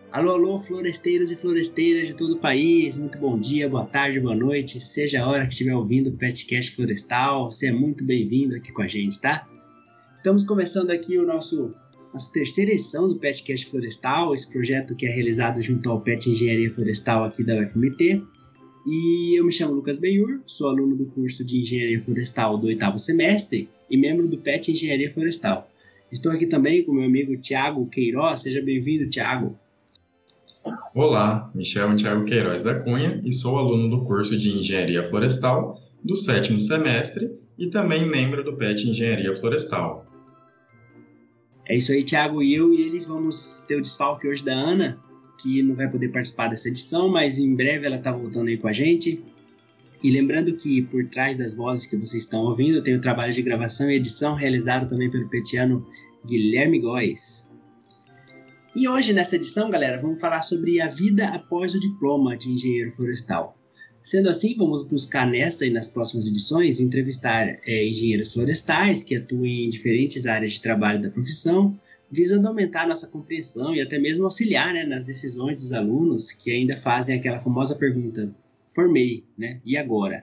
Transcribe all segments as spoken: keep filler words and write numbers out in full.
Alô, alô, floresteiros e floresteiras de todo o país, muito bom dia, boa tarde, boa noite, seja a hora que estiver ouvindo o Petcast Florestal, você é muito bem-vindo aqui com a gente, tá? Estamos começando aqui o nosso, nossa terceira edição do Petcast Florestal, esse projeto que é realizado junto ao Pet Engenharia Florestal aqui da U F M T, e eu me chamo Lucas Benhur, sou aluno do curso de Engenharia Florestal do oitavo semestre e membro do Pet Engenharia Florestal. Estou aqui também com meu amigo Thiago Queiroz, seja bem-vindo, Thiago. Olá, me chamo Thiago Queiroz da Cunha e sou aluno do curso de Engenharia Florestal do sétimo semestre e também membro do Pet Engenharia Florestal. É isso aí, Thiago, e eu e ele vamos ter o desfalque hoje da Ana, que não vai poder participar dessa edição, mas em breve ela está voltando aí com a gente. E lembrando que por trás das vozes que vocês estão ouvindo, tem o trabalho de gravação e edição realizado também pelo petiano Guilherme Góes. E hoje, nessa edição, galera, vamos falar sobre a vida após o diploma de engenheiro florestal. Sendo assim, vamos buscar nessa e nas próximas edições entrevistar é, engenheiros florestais que atuem em diferentes áreas de trabalho da profissão, visando aumentar a nossa compreensão e até mesmo auxiliar, né, nas decisões dos alunos que ainda fazem aquela famosa pergunta: formei, né? E agora?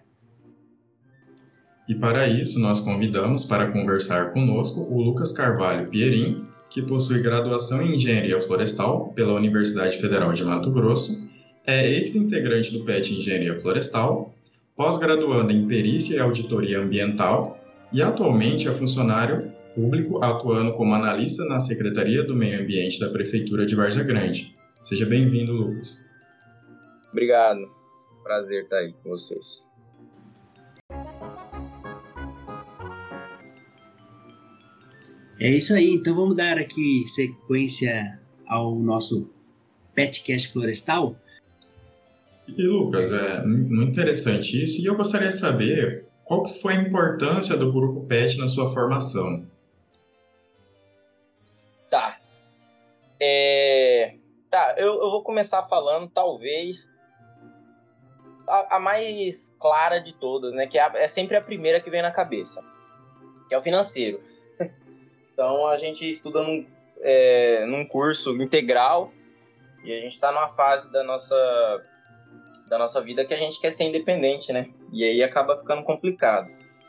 E para isso, nós convidamos para conversar conosco o Lucas Carvalho Pierin, que possui graduação em Engenharia Florestal pela Universidade Federal de Mato Grosso, é ex-integrante do Pet Engenharia Florestal, pós-graduando em Perícia e Auditoria Ambiental e atualmente é funcionário público atuando como analista na Secretaria do Meio Ambiente da Prefeitura de Várzea Grande. Seja bem-vindo, Lucas. Obrigado. Prazer estar aí com vocês. É isso aí, então vamos dar aqui sequência ao nosso Petcast Florestal. E Lucas, é muito interessante isso, e eu gostaria de saber qual que foi a importância do Grupo Pet na sua formação. Tá. É... Tá, eu, eu vou começar falando, talvez, a, a mais clara de todas, né? Que é, a, é sempre a primeira que vem na cabeça, que é o financeiro. Então, a gente estuda num, é, num curso integral e a gente está numa fase da nossa, da nossa vida que a gente quer ser independente, né? E aí acaba ficando complicado.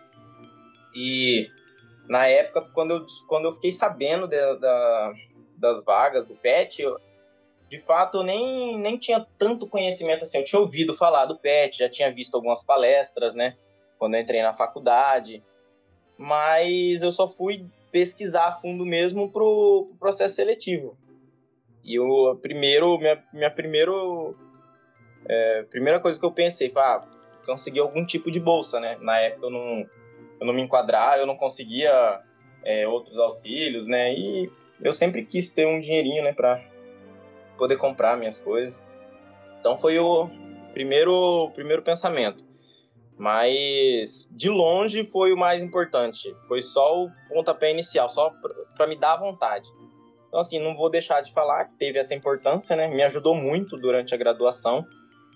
E na época, quando eu, quando eu fiquei sabendo de, da, das vagas do Pet, eu, de fato, eu nem, nem tinha tanto conhecimento assim. Eu tinha ouvido falar do Pet, já tinha visto algumas palestras, né? Quando eu entrei na faculdade. Mas eu só fui pesquisar a fundo mesmo pro, pro processo seletivo. E o primeiro, minha, minha primeiro, é, primeira coisa que eu pensei foi, ah, conseguir algum tipo de bolsa, né? Na época eu não, eu não me enquadrava, eu não conseguia é, outros auxílios, né? E eu sempre quis ter um dinheirinho, né, pra poder comprar minhas coisas. Então foi o primeiro, primeiro pensamento. Mas, de longe, foi o mais importante. Foi só o pontapé inicial, só para me dar vontade. Então, assim, não vou deixar de falar que teve essa importância, né? Me ajudou muito durante a graduação.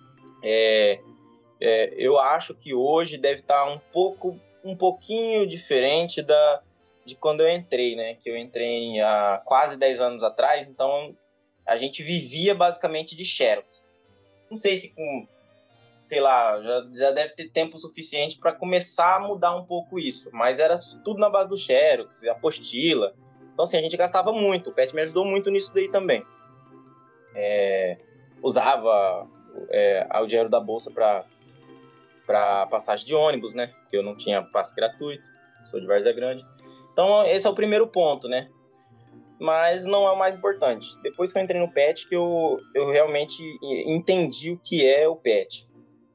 É, é, eu acho que hoje deve estar um pouco, um pouquinho diferente da, de quando eu entrei, né? Que eu entrei há quase dez anos atrás, então a gente vivia basicamente de xerox. Não sei se com... sei lá, já, já deve ter tempo suficiente para começar a mudar um pouco isso. Mas era tudo na base do xerox, apostila. Então, assim, a gente gastava muito. O Pet me ajudou muito nisso daí também. É, usava é, o dinheiro da bolsa para para passagem de ônibus, né? Porque eu não tinha passe gratuito. Sou de Várzea Grande. Então, esse é o primeiro ponto, né? Mas não é o mais importante. Depois que eu entrei no Pet, que eu, eu realmente entendi o que é o Pet.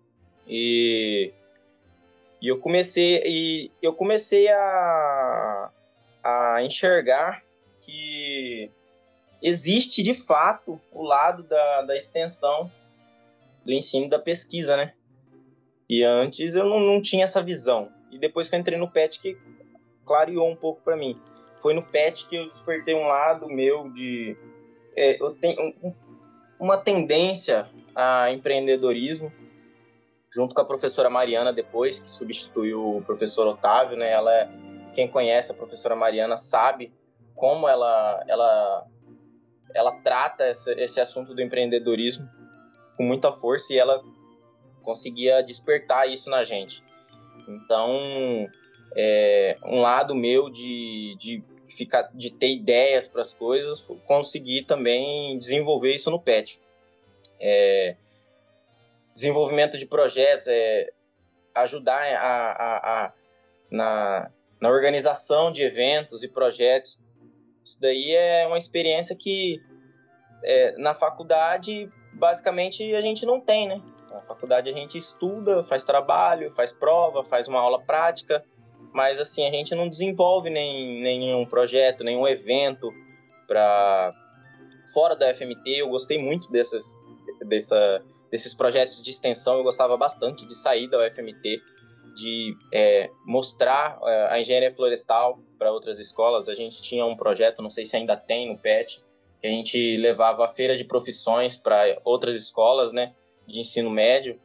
E, e eu comecei, e eu comecei a, a enxergar que existe, de fato, o lado da, da extensão do ensino e da pesquisa, né? E antes eu não, não tinha essa visão. E depois que eu entrei no Pet, que clareou um pouco para mim. Foi no Pet que eu despertei um lado meu de... É, eu tenho um, uma tendência a empreendedorismo, junto com a professora Mariana depois, que substituiu o professor Otávio, né? Ela é, quem conhece a professora Mariana sabe como ela, ela ela trata essa, esse assunto do empreendedorismo com muita força e ela conseguia despertar isso na gente. Então, é, um lado meu de, de, ficar, de ter ideias para as coisas, conseguir também desenvolver isso no Pet. É, desenvolvimento de projetos, é, ajudar a, a, a, na, na organização de eventos e projetos. Isso daí é uma experiência que é, na faculdade, basicamente, a gente não tem, né? Na faculdade a gente estuda, faz trabalho, faz prova, faz uma aula prática, mas assim, a gente não desenvolve nem, nenhum projeto, nenhum evento para fora da U F M T. Eu gostei muito dessas, dessa, desses projetos de extensão, eu gostava bastante de sair da U F M T, de é, mostrar é, a engenharia florestal para outras escolas. A gente tinha um projeto, não sei se ainda tem no Pet, que a gente levava a feira de profissões para outras escolas, né, de ensino médio.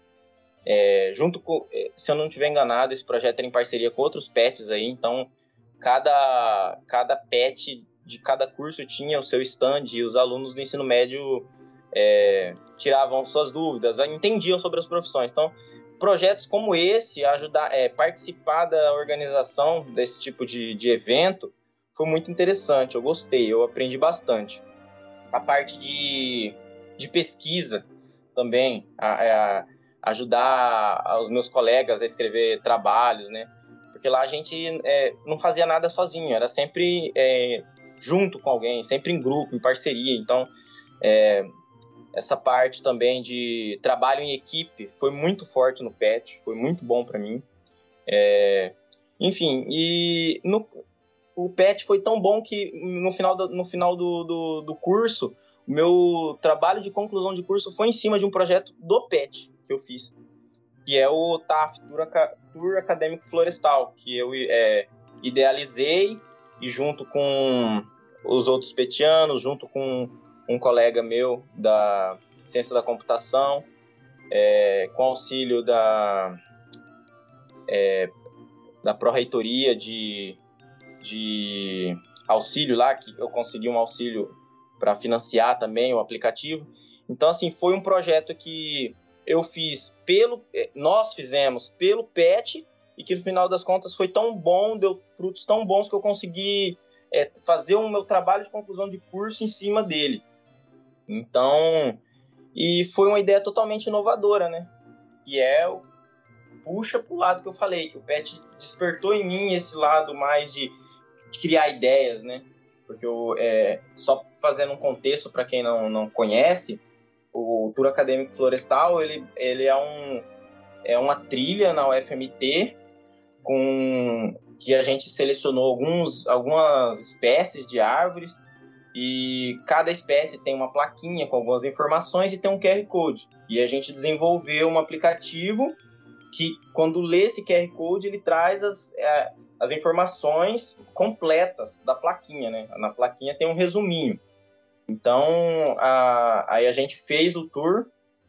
É, junto com, se eu não estiver enganado, esse projeto era em parceria com outros Pets aí, então cada, cada Pet de cada curso tinha o seu stand e os alunos do ensino médio é, tiravam suas dúvidas, entendiam sobre as profissões. Então, projetos como esse, ajudar, é, participar da organização desse tipo de, de evento, foi muito interessante, eu gostei, eu aprendi bastante. A parte de, de pesquisa também, a, a ajudar os meus colegas a escrever trabalhos, né? Porque lá a gente é, não fazia nada sozinho, era sempre é, junto com alguém, sempre em grupo, em parceria. Então, é, essa parte também de trabalho em equipe foi muito forte no Pet, foi muito bom para mim. É, enfim, e no, o Pet foi tão bom que no final, do, no final do, do, do curso, o meu trabalho de conclusão de curso foi em cima de um projeto do Pet que eu fiz, que é o T A F, Tour, Tour Acadêmico Florestal, que eu é, idealizei e junto com os outros petianos, junto com um colega meu da Ciência da Computação, é, com auxílio da, é, da Pró-Reitoria de, de auxílio lá, que eu consegui um auxílio para financiar também o aplicativo. Então, assim, foi um projeto que eu fiz pelo... Nós fizemos pelo Pet e que, no final das contas, foi tão bom, deu frutos tão bons que eu consegui é, fazer o meu trabalho de conclusão de curso em cima dele. Então, e foi uma ideia totalmente inovadora, né? Que é o puxa pro lado que eu falei, que o Pet despertou em mim esse lado mais de, de criar ideias, né? Porque eu, é, só fazendo um contexto para quem não, não conhece, o Tour Acadêmico Florestal, ele, ele é, um, é uma trilha na U F M T com, que a gente selecionou alguns, algumas espécies de árvores e cada espécie tem uma plaquinha com algumas informações e tem um Q R Code. E a gente desenvolveu um aplicativo que, quando lê esse Q R Code, ele traz as, as informações completas da plaquinha, né? Na plaquinha tem um resuminho. Então, a, aí a gente fez o tour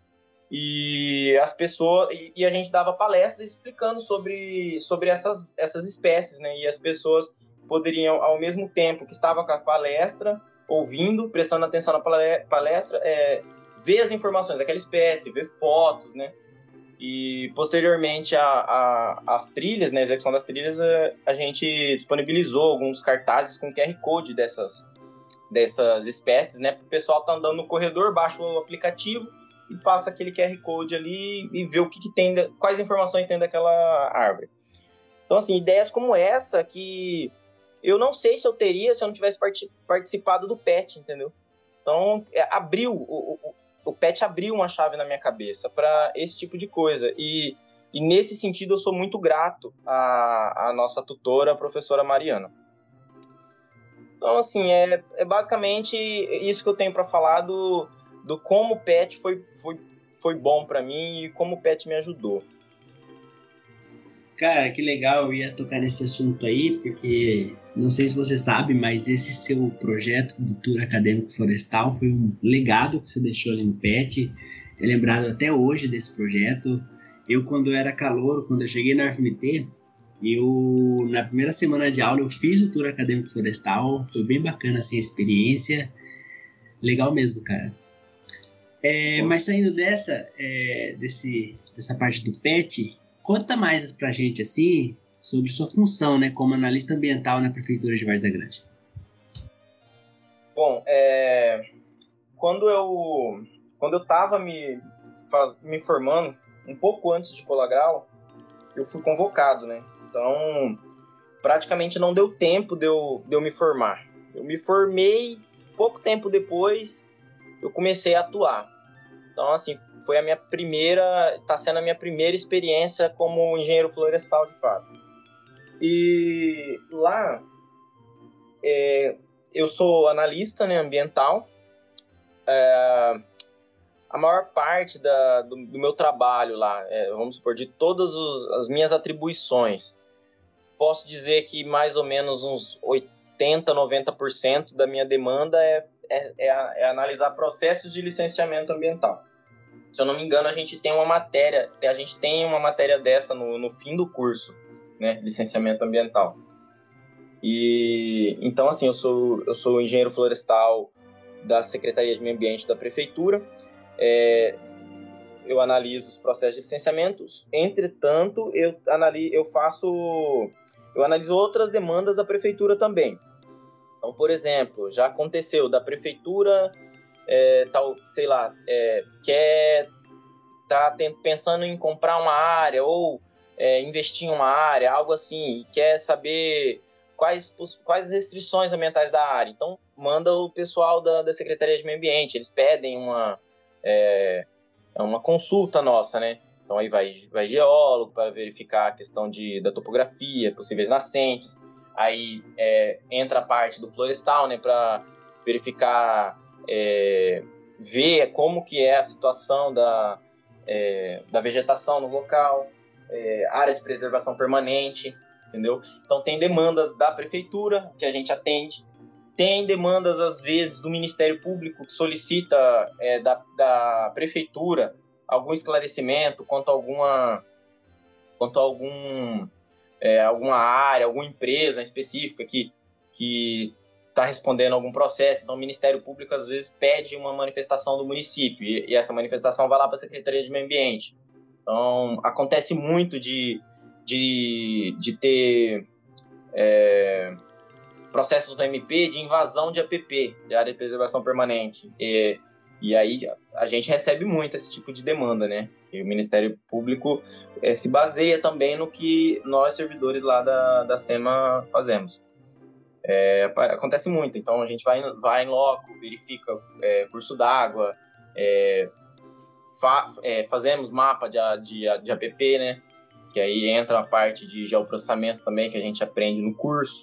e as pessoas e, e a gente dava palestras explicando sobre, sobre essas, essas espécies, né? E as pessoas poderiam, ao mesmo tempo que estava com a palestra, ouvindo, prestando atenção na palestra, é, ver as informações daquela espécie, ver fotos, né? E, posteriormente, a, a, as trilhas, na execução das trilhas, a, a gente disponibilizou alguns cartazes com Q R Code dessas, dessas espécies, né? O pessoal tá andando no corredor, baixa o aplicativo e passa aquele Q R Code ali e vê o que, que tem, quais informações tem daquela árvore. Então, assim, ideias como essa que eu não sei se eu teria se eu não tivesse part- participado do Pet, entendeu? Então, é, abriu, o, o, o Pet abriu uma chave na minha cabeça para esse tipo de coisa. E, e, nesse sentido, eu sou muito grato à, à nossa tutora, a professora Mariana. Então, assim, é, é basicamente isso que eu tenho para falar do, do como o Pet foi, foi, foi bom para mim e como o Pet me ajudou. Cara, que legal, eu ia tocar nesse assunto aí, porque não sei se você sabe, mas esse seu projeto do Tour Acadêmico Florestal foi um legado que você deixou ali no Pet. É lembrado até hoje desse projeto. Eu, quando eu era calouro, quando eu cheguei na U F M T, eu, na primeira semana de aula, eu fiz o Tour Acadêmico Florestal. Foi bem bacana assim, a experiência. Legal mesmo, cara. É, mas saindo dessa, é, desse, dessa parte do pet, conta mais pra gente, assim, sobre sua função, né, como analista ambiental na Prefeitura de Várzea Grande. Bom, é, quando eu quando eu estava me, faz, me formando, um pouco antes de Colagrau, eu fui convocado, né? Então, praticamente não deu tempo de eu, de eu me formar. Eu me formei, pouco tempo depois, eu comecei a atuar. Então, assim, foi a minha primeira, está sendo a minha primeira experiência como engenheiro florestal, de fato. E lá, é, eu sou analista, né, ambiental. É, a maior parte da, do, do meu trabalho lá, é, vamos supor, de todas os, as minhas atribuições, posso dizer que mais ou menos uns oitenta, noventa por cento da minha demanda é, é, é, é analisar processos de licenciamento ambiental. Se eu não me engano, a gente tem uma matéria, a gente tem uma matéria dessa no, no fim do curso, né, licenciamento ambiental. E então, assim, eu sou, eu sou engenheiro florestal da Secretaria de Meio Ambiente da Prefeitura. É, eu analiso os processos de licenciamento. Entretanto, eu, analiso, eu faço, eu analiso outras demandas da Prefeitura também. Então, por exemplo, já aconteceu da Prefeitura, é, tal, sei lá, é, quer tá pensando em comprar uma área ou é, investir em uma área, algo assim, e quer saber quais, quais restrições ambientais da área. Então, manda o pessoal da, da Secretaria de Meio Ambiente, eles pedem uma, é, uma consulta nossa, né? Então, aí vai, vai geólogo para verificar a questão de, da topografia, possíveis nascentes. Aí é, entra a parte do florestal, né, para verificar, é, ver como que é a situação da, é, da vegetação no local, é, área de preservação permanente, entendeu? Então tem demandas da prefeitura que a gente atende, tem demandas às vezes do Ministério Público que solicita é, da, da prefeitura algum esclarecimento quanto a alguma, quanto a algum, é, alguma área, alguma empresa específica que que está respondendo a algum processo. Então o Ministério Público às vezes pede uma manifestação do município e, e essa manifestação vai lá para a Secretaria de Meio Ambiente. Então acontece muito de de, de ter é, processos do M P de invasão de A P P, de área de preservação permanente. E, e aí a gente recebe muito esse tipo de demanda, né? E o Ministério Público é, se baseia também no que nós, servidores lá da, da SEMA, fazemos. É, acontece muito, então a gente vai, vai em loco, verifica é, curso d'água, é, fa, é, fazemos mapa de, de, de A P P, né? Que aí entra a parte de geoprocessamento também, que a gente aprende no curso.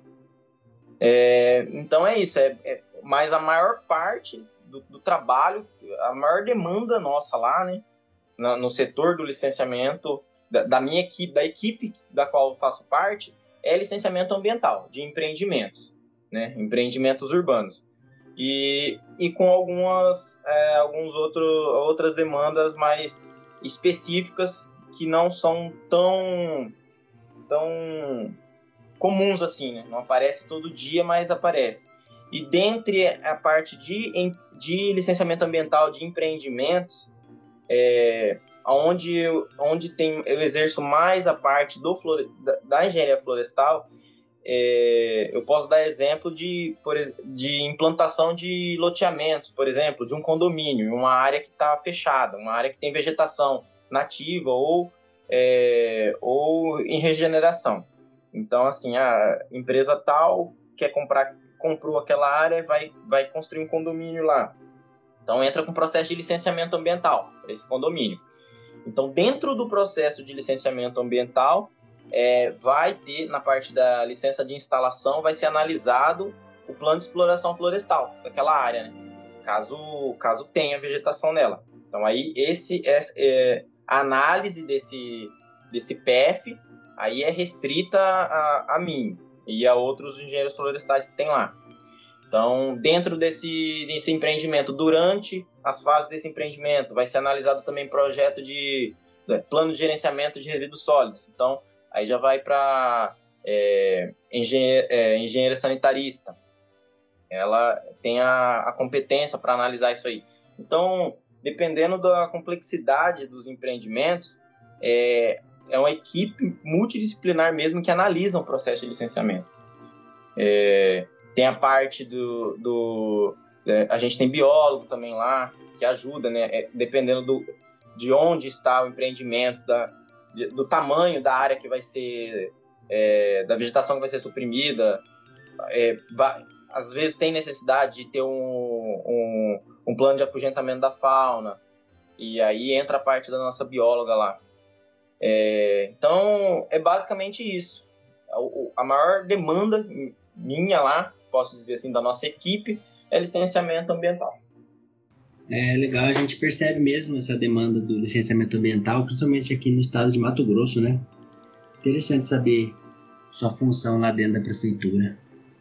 É, então é isso, é, é, mas a maior parte do, do trabalho, a maior demanda nossa lá, né, no, no setor do licenciamento, da, da minha equipe, da equipe da qual eu faço parte, é licenciamento ambiental, de empreendimentos, né, empreendimentos urbanos. E, e com algumas é, alguns outro, outras demandas mais específicas que não são tão, tão comuns assim, né? Não aparece todo dia, mas aparece. E dentre a parte de, de licenciamento ambiental de empreendimentos, é, onde, eu, onde tem, eu exerço mais a parte do flore, da, da engenharia florestal, é, eu posso dar exemplo de, por, de implantação de loteamentos, por exemplo, de um condomínio, uma área que está fechada, uma área que tem vegetação nativa ou, é, ou em regeneração. Então, assim, a empresa tal quer comprar, comprou aquela área e vai, vai construir um condomínio lá. Então, entra com processo de licenciamento ambiental para esse condomínio. Então, dentro do processo de licenciamento ambiental, é, vai ter, na parte da licença de instalação, vai ser analisado o plano de exploração florestal daquela área, né? Caso, caso tenha vegetação nela. Então, aí, esse é, é a análise desse, desse P F, aí é restrita a, a mim e a outros engenheiros florestais que tem lá. Então, dentro desse, desse empreendimento, durante as fases desse empreendimento, vai ser analisado também projeto de, de plano de gerenciamento de resíduos sólidos. Então, aí já vai para é, engenheiro, é, engenheiro sanitarista. ela tem a, a competência para analisar isso aí. Então, dependendo da complexidade dos empreendimentos, é, é uma equipe multidisciplinar mesmo que analisa o processo de licenciamento. É, tem a parte do... do é, a gente tem biólogo também lá, que ajuda, né? É, dependendo do, de onde está o empreendimento, da, de, do tamanho da área que vai ser... É, da vegetação que vai ser suprimida. É, vai, às vezes tem necessidade de ter um, um, um plano de afugentamento da fauna, e aí entra a parte da nossa bióloga lá. É, então, é basicamente isso. A, a maior demanda minha lá, posso dizer assim, da nossa equipe, é licenciamento ambiental. É legal, a gente percebe mesmo essa demanda do licenciamento ambiental, principalmente aqui no estado de Mato Grosso, né? Interessante saber sua função lá dentro da prefeitura.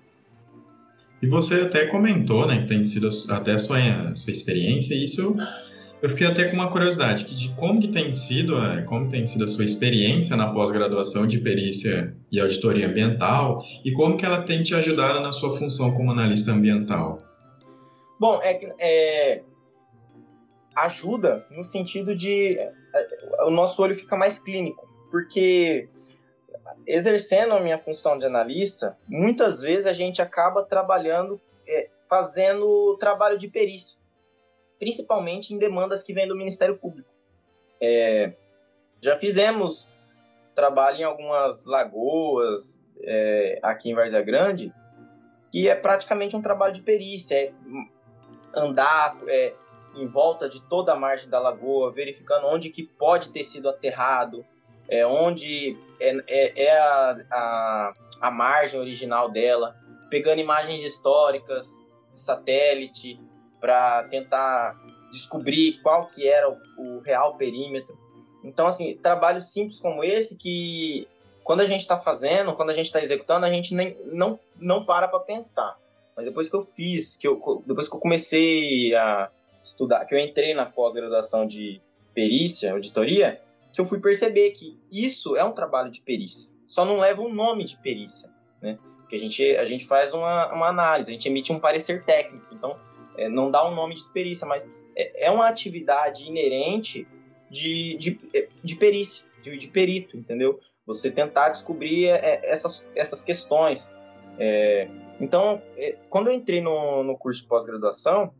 E você até comentou, né, que tem sido até a sua, a sua experiência, e isso eu fiquei até com uma curiosidade, de como que tem sido, como tem sido a sua experiência na pós-graduação de perícia e auditoria ambiental, e como que ela tem te ajudado na sua função como analista ambiental. Bom, é, é ajuda no sentido de o nosso olho fica mais clínico, porque exercendo a minha função de analista, muitas vezes a gente acaba trabalhando, é, fazendo trabalho de perícia, principalmente em demandas que vêm do Ministério Público. É, já fizemos trabalho em algumas lagoas é, aqui em Várzea Grande, que é praticamente um trabalho de perícia, é andar é, em volta de toda a margem da lagoa, verificando onde que pode ter sido aterrado, é, onde é, é, é a, a, a margem original dela, pegando imagens históricas de satélite para tentar descobrir qual que era o, o real perímetro. Então, assim, trabalhos simples como esse que, quando a gente está fazendo, quando a gente está executando, a gente nem, não, não para para pensar. Mas depois que eu fiz, que eu, depois que eu comecei a estudar, que eu entrei na pós-graduação de perícia, auditoria, que eu fui perceber que isso é um trabalho de perícia. Só não leva o nome de perícia, né? Porque a gente, a gente faz uma, uma análise, a gente emite um parecer técnico. Então, é, não dá um nome de perícia, mas é, é uma atividade inerente de, de, de perícia, de, de perito, entendeu? Você tentar descobrir é, essas, essas questões. É, então, é, quando eu entrei no, no curso de pós-graduação,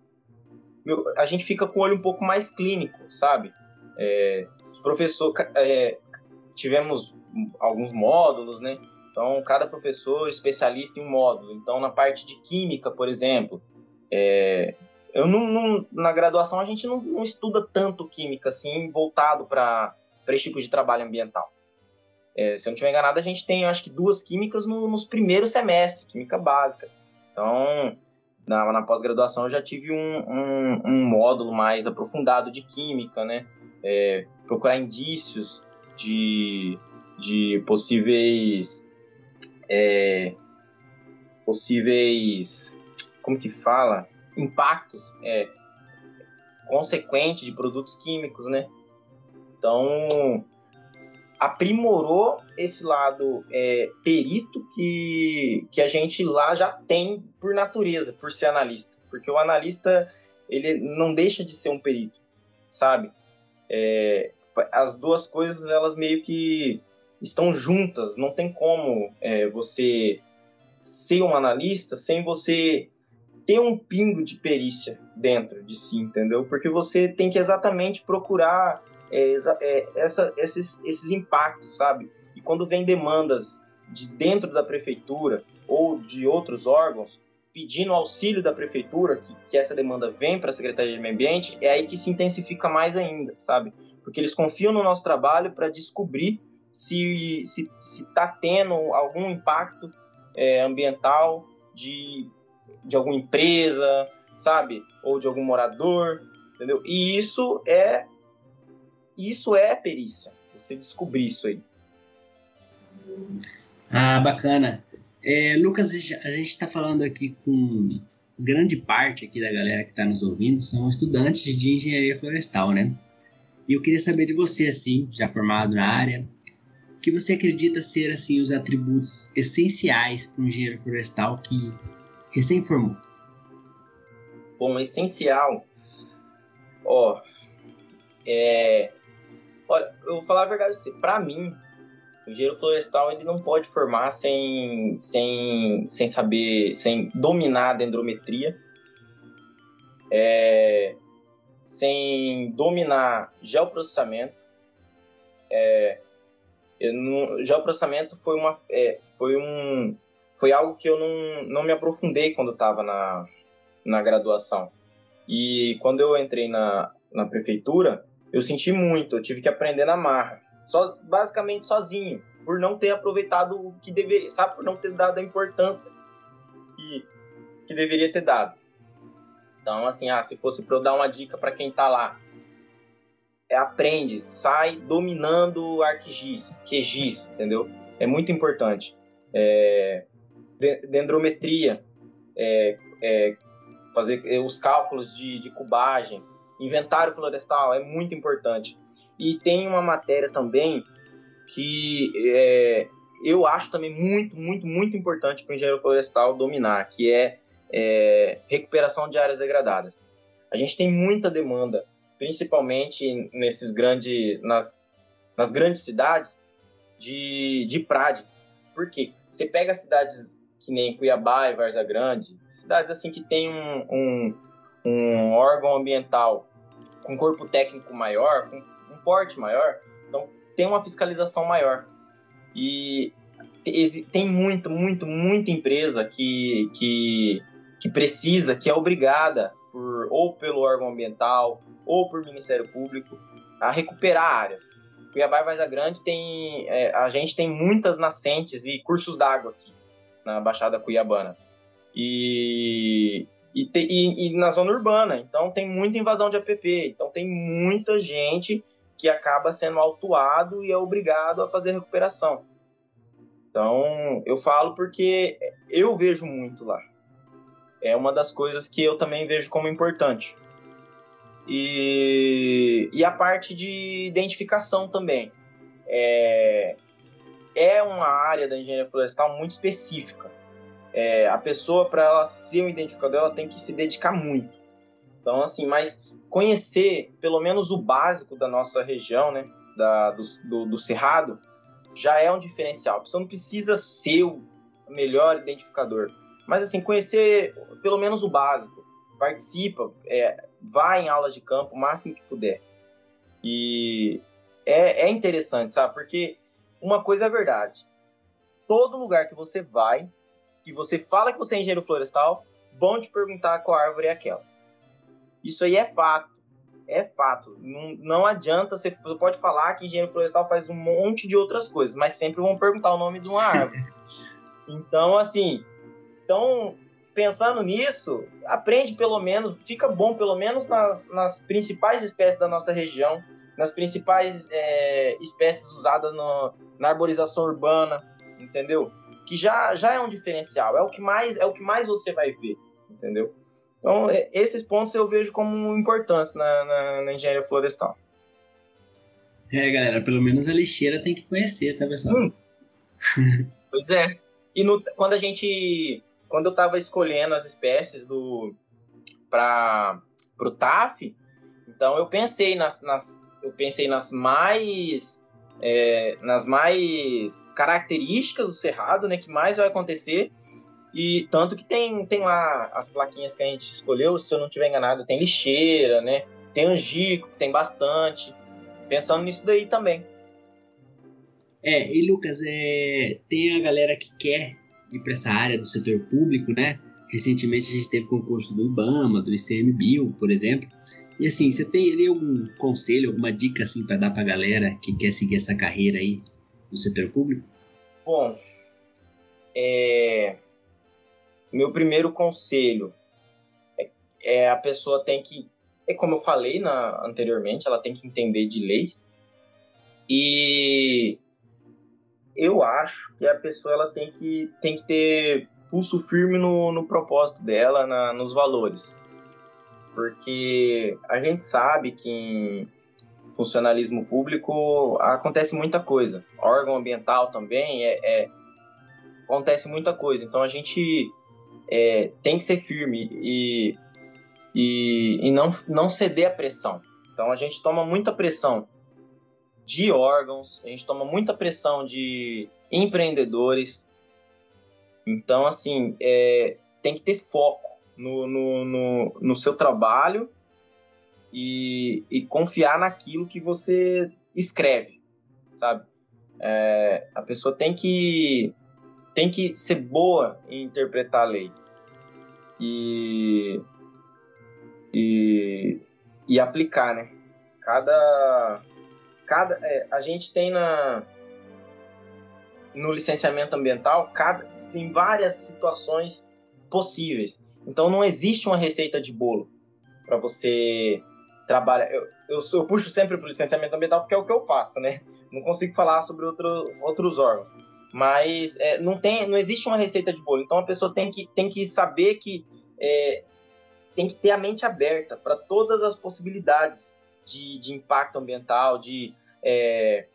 meu, a gente fica com o olho um pouco mais clínico, sabe? É, os professores... É, tivemos alguns módulos, né? Então, cada professor especialista em um módulo. Então, na parte de química, por exemplo, é, eu não, não, na graduação a gente não, não estuda tanto química, assim, voltado para esse tipo de trabalho ambiental. É, se eu não estiver enganado, a gente tem, eu acho que, duas químicas no, nos primeiros semestres, química básica. Então, na, na pós-graduação eu já tive um, um, um módulo mais aprofundado de química, né? É, procurar indícios de, de possíveis... É, possíveis... Como que fala? Impactos é, consequentes de produtos químicos, né? Então, aprimorou esse lado é, perito que, que a gente lá já tem por natureza, por ser analista. Porque o analista, ele não deixa de ser um perito, sabe? É, as duas coisas, elas meio que estão juntas. Não tem como é, você ser um analista sem você ter um pingo de perícia dentro de si, entendeu? Porque você tem que exatamente procurar é, é, essa, esses, esses impactos, sabe? E quando vem demandas de dentro da prefeitura ou de outros órgãos pedindo auxílio da prefeitura, que, que essa demanda vem para a Secretaria de Meio Ambiente, é aí que se intensifica mais ainda, sabe? Porque eles confiam no nosso trabalho para descobrir se se está tendo algum impacto é, ambiental de, de alguma empresa, sabe? Ou de algum morador, entendeu? E isso é, isso é perícia, você descobrir isso aí. Ah, bacana. É, Lucas, a gente está falando aqui com grande parte aqui da galera que está nos ouvindo, são estudantes de engenharia florestal, né? E eu queria saber de você, assim, já formado na área, o que você acredita ser, assim, os atributos essenciais para um engenheiro florestal que recém-formou? Bom, essencial, ó, é, olha, eu vou falar a verdade, para mim, o engenheiro florestal ele não pode formar sem, sem, sem saber, sem dominar a dendrometria, é, sem dominar geoprocessamento. É, eu não, geoprocessamento foi, uma, é, foi, um, foi algo que eu não, não me aprofundei quando estava na, na graduação. E quando eu entrei na, na prefeitura, eu senti muito, eu tive que aprender na marra. Só, basicamente sozinho, por não ter aproveitado o que deveria, sabe? Por não ter dado a importância que, que deveria ter dado. Então, assim, ah, se fosse para eu dar uma dica para quem tá lá, é aprende, sai dominando ArcGIS, QGIS, entendeu? É muito importante. É, dendrometria, é, é, fazer os cálculos de, de cubagem, inventário florestal é muito importante. E tem uma matéria também que é, eu acho também muito, muito, muito importante para o engenheiro florestal dominar, que é, é recuperação de áreas degradadas. A gente tem muita demanda, principalmente nesses grandes, nas, nas grandes cidades de, de P R A D. Por quê? Você pega cidades que nem Cuiabá e Várzea Grande, cidades assim que tem um, um, um órgão ambiental com corpo técnico maior, com um porte maior, então tem uma fiscalização maior. E tem muito, muito, muita empresa que, que, que precisa, que é obrigada, por, ou pelo órgão ambiental, ou por Ministério Público, a recuperar áreas. Cuiabá e Várzea Grande tem, é, a gente tem muitas nascentes e cursos d'água aqui na Baixada Cuiabana. E, e, te, e, e na zona urbana, então tem muita invasão de A P P, então tem muita gente que acaba sendo autuado e é obrigado a fazer recuperação. Então, eu falo porque eu vejo muito lá. É uma das coisas que eu também vejo como importante. E, e a parte de identificação também. É, é uma área da engenharia florestal muito específica. É, a pessoa, para ela ser um identificador, ela tem que se dedicar muito. Então, assim, mas conhecer pelo menos o básico da nossa região, né, da, do, do, do Cerrado, já é um diferencial. A pessoa não precisa ser o melhor identificador, mas assim, conhecer pelo menos o básico. Participa, é, vai em aulas de campo o máximo que puder. E é, é interessante, sabe? Porque uma coisa é verdade. Todo lugar que você vai, que você fala que você é engenheiro florestal, vão te perguntar qual árvore é aquela. Isso aí é fato. É fato. Não, não adianta, você pode falar que engenheiro florestal faz um monte de outras coisas, mas sempre vão perguntar o nome de uma árvore. Então, assim, então, pensando nisso, aprende pelo menos, fica bom pelo menos nas, nas principais espécies da nossa região, nas principais é, espécies usadas no, na arborização urbana, entendeu? Que já, já é um diferencial, é o que mais, é o que mais você vai ver, entendeu? Então, esses pontos eu vejo como importantes na, na, na engenharia florestal. É, galera, pelo menos a lixeira tem que conhecer, tá, pessoal? Hum. Pois é. E no, quando a gente... Quando eu estava escolhendo as espécies do para o T A F, então eu pensei nas, nas, eu pensei nas mais... É, nas mais características do cerrado, né, que mais vai acontecer. E tanto que tem, tem lá as plaquinhas que a gente escolheu, se eu não estiver enganado, tem lixeira, né? Tem angico, que tem bastante. Pensando nisso daí também. É, e Lucas, é, tem a galera que quer ir para essa área do setor público, né? Recentemente a gente teve concurso do IBAMA, do ICMBio, por exemplo. E assim, você tem ali algum conselho, alguma dica assim para dar para a galera que quer seguir essa carreira aí no setor público? Bom, é... meu primeiro conselho é, é a pessoa tem que, é como eu falei na, anteriormente, ela tem que entender de leis. E eu acho que a pessoa ela tem, que, tem que ter pulso firme no, no propósito dela, na, nos valores. Porque a gente sabe que em funcionalismo público acontece muita coisa. Órgão ambiental também, é, é, acontece muita coisa. Então a gente é, tem que ser firme e, e, e não, não ceder à pressão. Então a gente toma muita pressão de órgãos, a gente toma muita pressão de empreendedores. Então, assim, é, tem que ter foco no, no, no, no seu trabalho e, e confiar naquilo que você escreve, sabe? É, a pessoa tem que, tem que ser boa em interpretar a lei e, e, e aplicar, né? Cada... Cada, é, a gente tem na, no licenciamento ambiental cada, tem várias situações possíveis. Então não existe uma receita de bolo para você trabalhar. Eu, eu, sou, eu puxo sempre para o licenciamento ambiental porque é o que eu faço, né? Não consigo falar sobre outro, outros órgãos. Mas é, não, tem, não existe uma receita de bolo. Então a pessoa tem que, tem que saber que é, tem que ter a mente aberta para todas as possibilidades De, de impacto ambiental, de, é,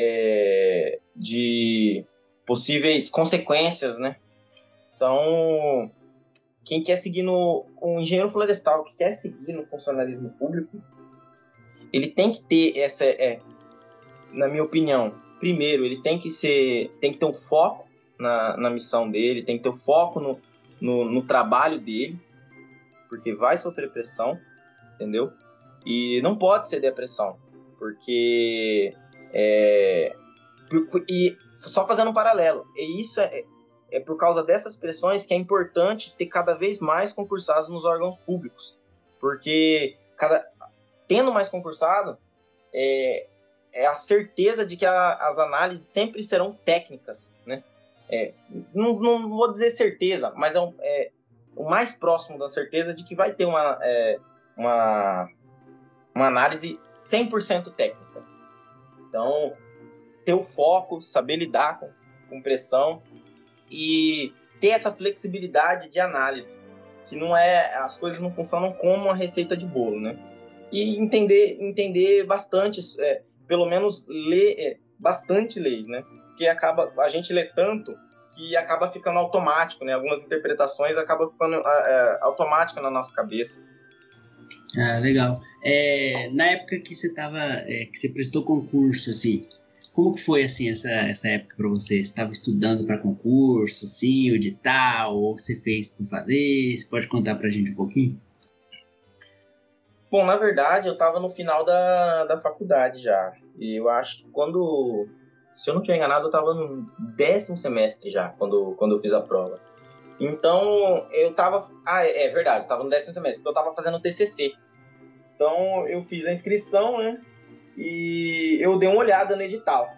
é, de possíveis consequências, né? Então, quem quer seguir no... Um engenheiro florestal que quer seguir no funcionalismo público, ele tem que ter essa... É, na minha opinião, primeiro, ele tem que ser... Tem que ter um foco na, na missão dele, tem que ter um foco no, no, no trabalho dele, porque vai sofrer pressão, entendeu? E não pode ser depressão, porque é, e só fazendo um paralelo, e isso é, é por causa dessas pressões que é importante ter cada vez mais concursados nos órgãos públicos, porque cada, tendo mais concursado é, é a certeza de que a, as análises sempre serão técnicas, né? É, não, não vou dizer certeza, mas é, um, é o mais próximo da certeza de que vai ter uma, é, uma uma análise cem por cento técnica. Então, ter o foco, saber lidar com, com pressão e ter essa flexibilidade de análise, que não é, as coisas não funcionam como uma receita de bolo, né? E entender, entender bastante, é, pelo menos ler é, bastante leis, né? Porque acaba, a gente lê tanto que acaba ficando automático, né? Algumas interpretações acabam ficando é, automáticas na nossa cabeça. Ah, legal. É, na época que você tava, é, que você prestou concurso, assim, como que foi assim essa, essa época para você? Você estava estudando para concurso, assim, o edital, ou você fez por fazer? Você pode contar pra gente um pouquinho? Bom, na verdade, eu estava no final da, da faculdade já. E eu acho que quando, se eu não estiver enganado, eu estava no décimo semestre já, quando, quando eu fiz a prova. Então, eu tava... Ah, é verdade, eu tava no décimo semestre, porque eu tava fazendo T C C. Então, eu fiz a inscrição, né? E eu dei uma olhada no edital.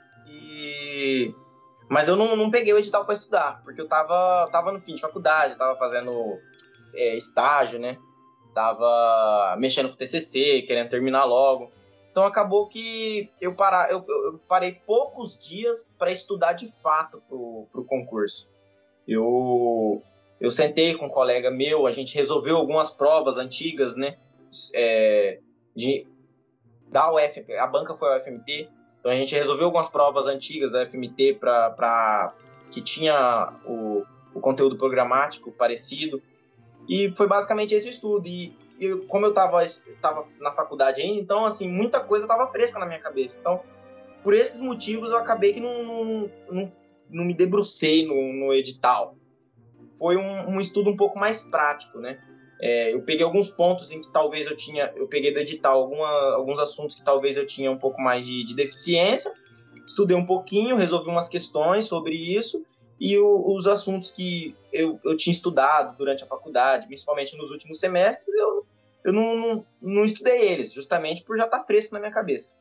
E... Mas eu não, não peguei o edital para estudar, porque eu tava, tava no fim de faculdade, tava fazendo é, estágio, né? Tava mexendo com o T C C, querendo terminar logo. Então, acabou que eu, para, eu, eu parei poucos dias para estudar de fato pro, pro concurso. Eu, eu sentei com um colega meu, a gente resolveu algumas provas antigas, né? É, de, da U F M T, a banca foi a U F M T, então a gente resolveu algumas provas antigas da U F M T pra, pra, que tinha o, o conteúdo programático parecido, e foi basicamente esse o estudo. E, e como eu estava tava na faculdade ainda, então assim, muita coisa estava fresca na minha cabeça. Então, por esses motivos, eu acabei que não... não, não não me debrucei no, no edital. Foi um, um estudo um pouco mais prático, né? É, eu peguei alguns pontos em que talvez eu tinha... Eu peguei do edital alguma, alguns assuntos que talvez eu tinha um pouco mais de, de deficiência. Estudei um pouquinho, resolvi umas questões sobre isso. E o, os assuntos que eu, eu tinha estudado durante a faculdade, principalmente nos últimos semestres, eu, eu não, não, não estudei eles, justamente por já estar fresco na minha cabeça.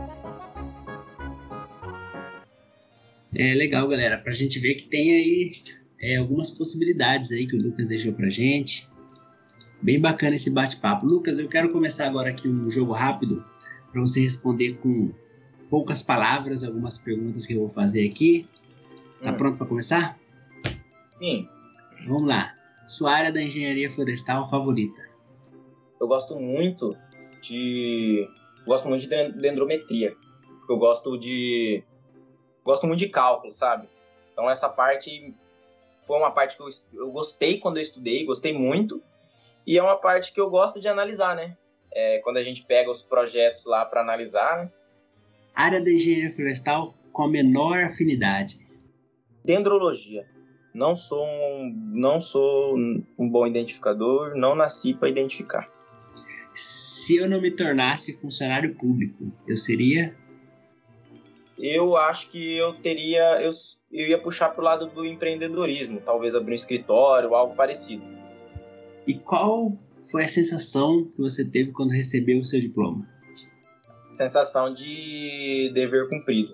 É legal, galera, pra gente ver que tem aí é, algumas possibilidades aí que o Lucas deixou pra gente. Bem bacana esse bate-papo. Lucas, eu quero começar agora aqui um jogo rápido para você responder com poucas palavras algumas perguntas que eu vou fazer aqui. Tá hum. pronto para começar? Sim. Vamos lá. Sua área da engenharia florestal favorita? Eu gosto muito de... Eu gosto muito de dendrometria. Porque eu gosto de... Gosto muito de cálculo, sabe? Então essa parte foi uma parte que eu, eu gostei quando eu estudei, gostei muito, e é uma parte que eu gosto de analisar, né? É, quando a gente pega os projetos lá para analisar, né? Área da engenharia florestal com a menor afinidade. Dendrologia. Não sou um, não sou um bom identificador, não nasci para identificar. Se eu não me tornasse funcionário público, eu seria? Eu acho que eu teria, eu, eu ia puxar pro lado do empreendedorismo, talvez abrir um escritório, algo parecido. E qual foi a sensação que você teve quando recebeu o seu diploma? Sensação de dever cumprido.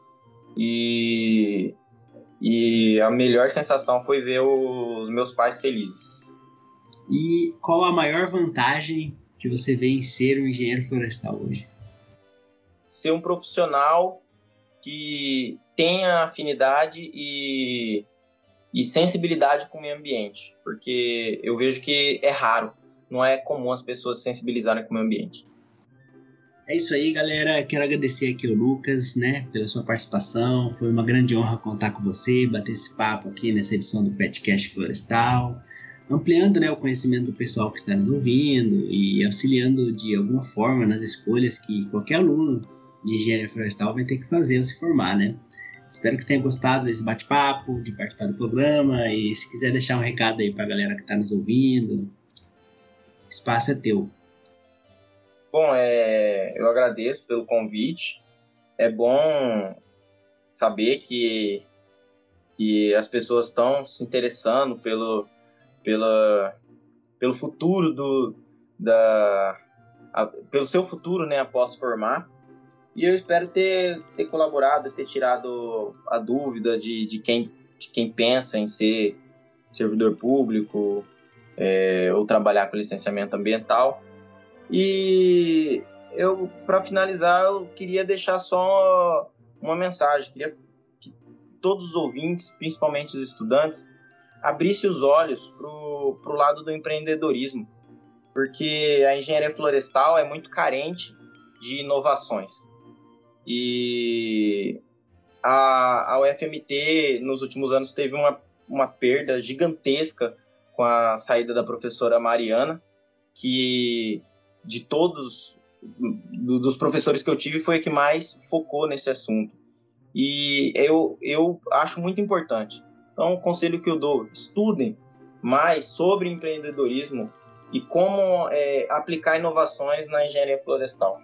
E, e a melhor sensação foi ver os meus pais felizes. E qual a maior vantagem que você vê em ser um engenheiro florestal hoje? Ser um profissional que tenha afinidade e, e sensibilidade com o meio ambiente, porque eu vejo que é raro, não é comum as pessoas se sensibilizarem com o meio ambiente. É isso aí, galera. Quero agradecer aqui ao Lucas, né, pela sua participação. Foi uma grande honra contar com você, bater esse papo aqui nessa edição do PetCast Florestal, ampliando, né, o conhecimento do pessoal que está nos ouvindo e auxiliando de alguma forma nas escolhas que qualquer aluno de engenharia florestal vai ter que fazer ao se formar, né? Espero que você tenha gostado desse bate-papo, de participar do programa, e se quiser deixar um recado aí para a galera que está nos ouvindo, o espaço é teu. Bom, é, eu agradeço pelo convite. É bom saber que, que as pessoas estão se interessando pelo, pela, pelo futuro do, da, a, pelo seu futuro, né, após formar. E eu espero ter, ter colaborado, ter tirado a dúvida de, de, quem, de quem pensa em ser servidor público, é, ou trabalhar com licenciamento ambiental. E eu, para finalizar, eu queria deixar só uma mensagem. Queria que todos os ouvintes, principalmente os estudantes, abrissem os olhos para o lado do empreendedorismo, porque a engenharia florestal é muito carente de inovações. E a, a U F M T, nos últimos anos, teve uma, uma perda gigantesca com a saída da professora Mariana, que de todos, do, dos professores que eu tive, foi a que mais focou nesse assunto. E eu, eu acho muito importante. Então, o conselho que eu dou, estudem mais sobre empreendedorismo e como é, aplicar inovações na engenharia florestal.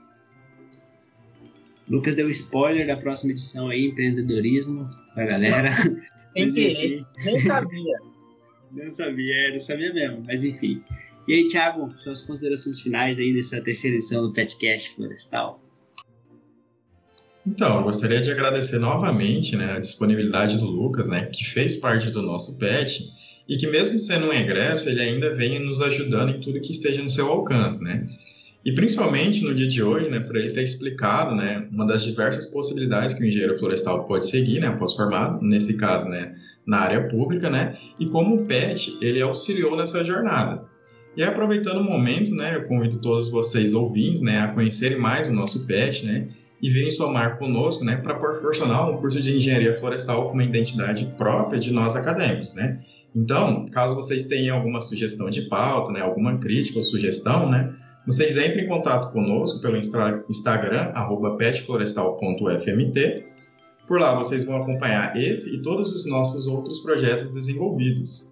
Lucas deu spoiler da próxima edição aí, empreendedorismo, pra galera. Sem querer, nem sabia. Não sabia, não sabia mesmo, mas enfim. E aí, Thiago, suas considerações finais aí dessa terceira edição do PetCast Florestal? Então, eu gostaria de agradecer novamente, né, a disponibilidade do Lucas, né, que fez parte do nosso Pet e que mesmo sendo um egresso, ele ainda vem nos ajudando em tudo que esteja no seu alcance, né? E principalmente no dia de hoje, né, para ele ter explicado, né, uma das diversas possibilidades que o engenheiro florestal pode seguir, né, após formado, nesse caso, né, na área pública, né, e como o Pet, ele auxiliou nessa jornada. E aí, aproveitando o momento, né, eu convido todos vocês ouvintes, né, a conhecerem mais o nosso Pet, né, e virem somar conosco, né, para proporcionar um curso de engenharia florestal com uma identidade própria de nós acadêmicos, né. Então, caso vocês tenham alguma sugestão de pauta, né, alguma crítica ou sugestão, né, vocês entrem em contato conosco pelo Instagram, arroba petflorestal ponto f m t. Por lá vocês vão acompanhar esse e todos os nossos outros projetos desenvolvidos.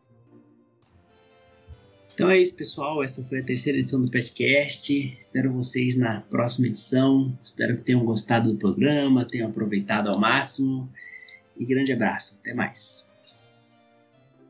Então é isso, pessoal. Essa foi a terceira edição do PetCast. Espero vocês na próxima edição. Espero que tenham gostado do programa, tenham aproveitado ao máximo. E grande abraço. Até mais.